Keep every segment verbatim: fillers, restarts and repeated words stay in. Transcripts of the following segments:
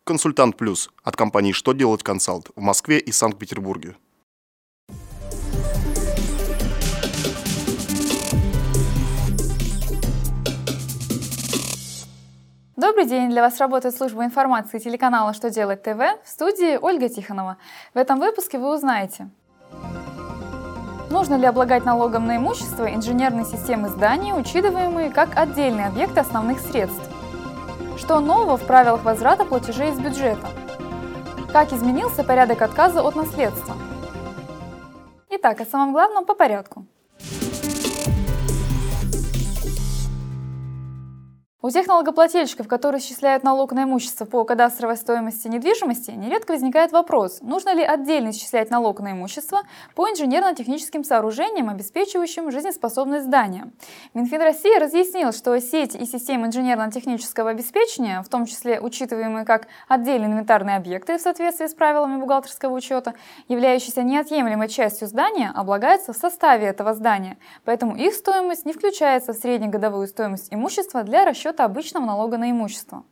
Консультант Плюс от компании «Что делать консалт» в Москве и Санкт-Петербурге. Добрый день! Для вас работает служба информации телеканала «Что делать ТВ», в студии Ольга Тихонова. В этом выпуске вы узнаете: нужно ли облагать налогом на имущество инженерные системы зданий, учитываемые как отдельные объекты основных средств? Что нового в правилах возврата платежей из бюджета? Как изменился порядок отказа от наследства? Итак, о самом главном по порядку. У тех налогоплательщиков, которые исчисляют налог на имущество по кадастровой стоимости недвижимости, нередко возникает вопрос, нужно ли отдельно исчислять налог на имущество по инженерно-техническим сооружениям, обеспечивающим жизнеспособность здания. Минфин России разъяснил, что сети и системы инженерно-технического обеспечения, в том числе учитываемые как отдельные инвентарные объекты в соответствии с правилами бухгалтерского учета, являющиеся неотъемлемой частью здания, облагаются в составе этого здания, поэтому их стоимость не включается в среднегодовую стоимость имущества для расчета обычного налога на имущество.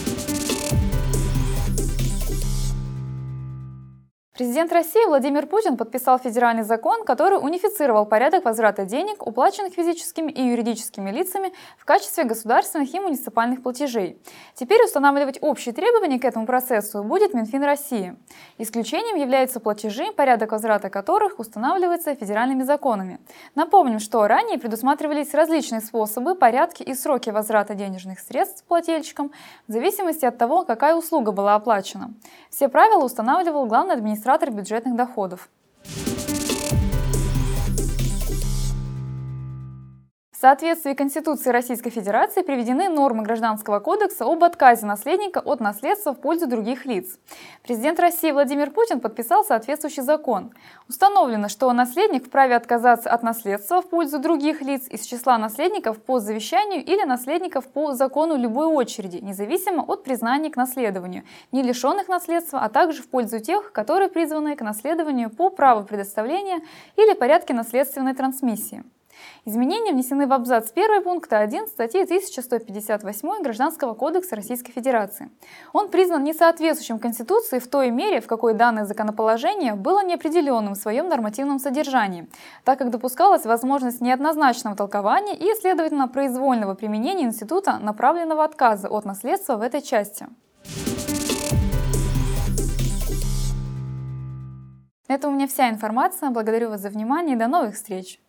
Президент России Владимир Путин подписал федеральный закон, который унифицировал порядок возврата денег, уплаченных физическими и юридическими лицами в качестве государственных и муниципальных платежей. Теперь устанавливать общие требования к этому процессу будет Минфин России. Исключением являются платежи, порядок возврата которых устанавливается федеральными законами. Напомним, что ранее предусматривались различные способы, порядки и сроки возврата денежных средств плательщикам в зависимости от того, какая услуга была оплачена. Все правила устанавливал главный администратор бюджетных доходов. В соответствии с Конституцией Российской Федерации приведены нормы Гражданского кодекса об отказе наследника от наследства в пользу других лиц. Президент России Владимир Путин подписал соответствующий закон. Установлено, что наследник вправе отказаться от наследства в пользу других лиц из числа наследников по завещанию или наследников по закону любой очереди, независимо от признания к наследованию, не лишенных наследства, а также в пользу тех, которые призваны к наследованию по праву предоставления или порядке наследственной трансмиссии. Изменения внесены в абзац первый пункта один статьи тысяча сто пятьдесят восемь Гражданского кодекса Российской Федерации. Он признан несоответствующим Конституции в той мере, в какой данное законоположение было неопределенным в своем нормативном содержании, так как допускалась возможность неоднозначного толкования и, следовательно, произвольного применения института направленного отказа от наследства в этой части. Это у меня вся информация. Благодарю вас за внимание и до новых встреч!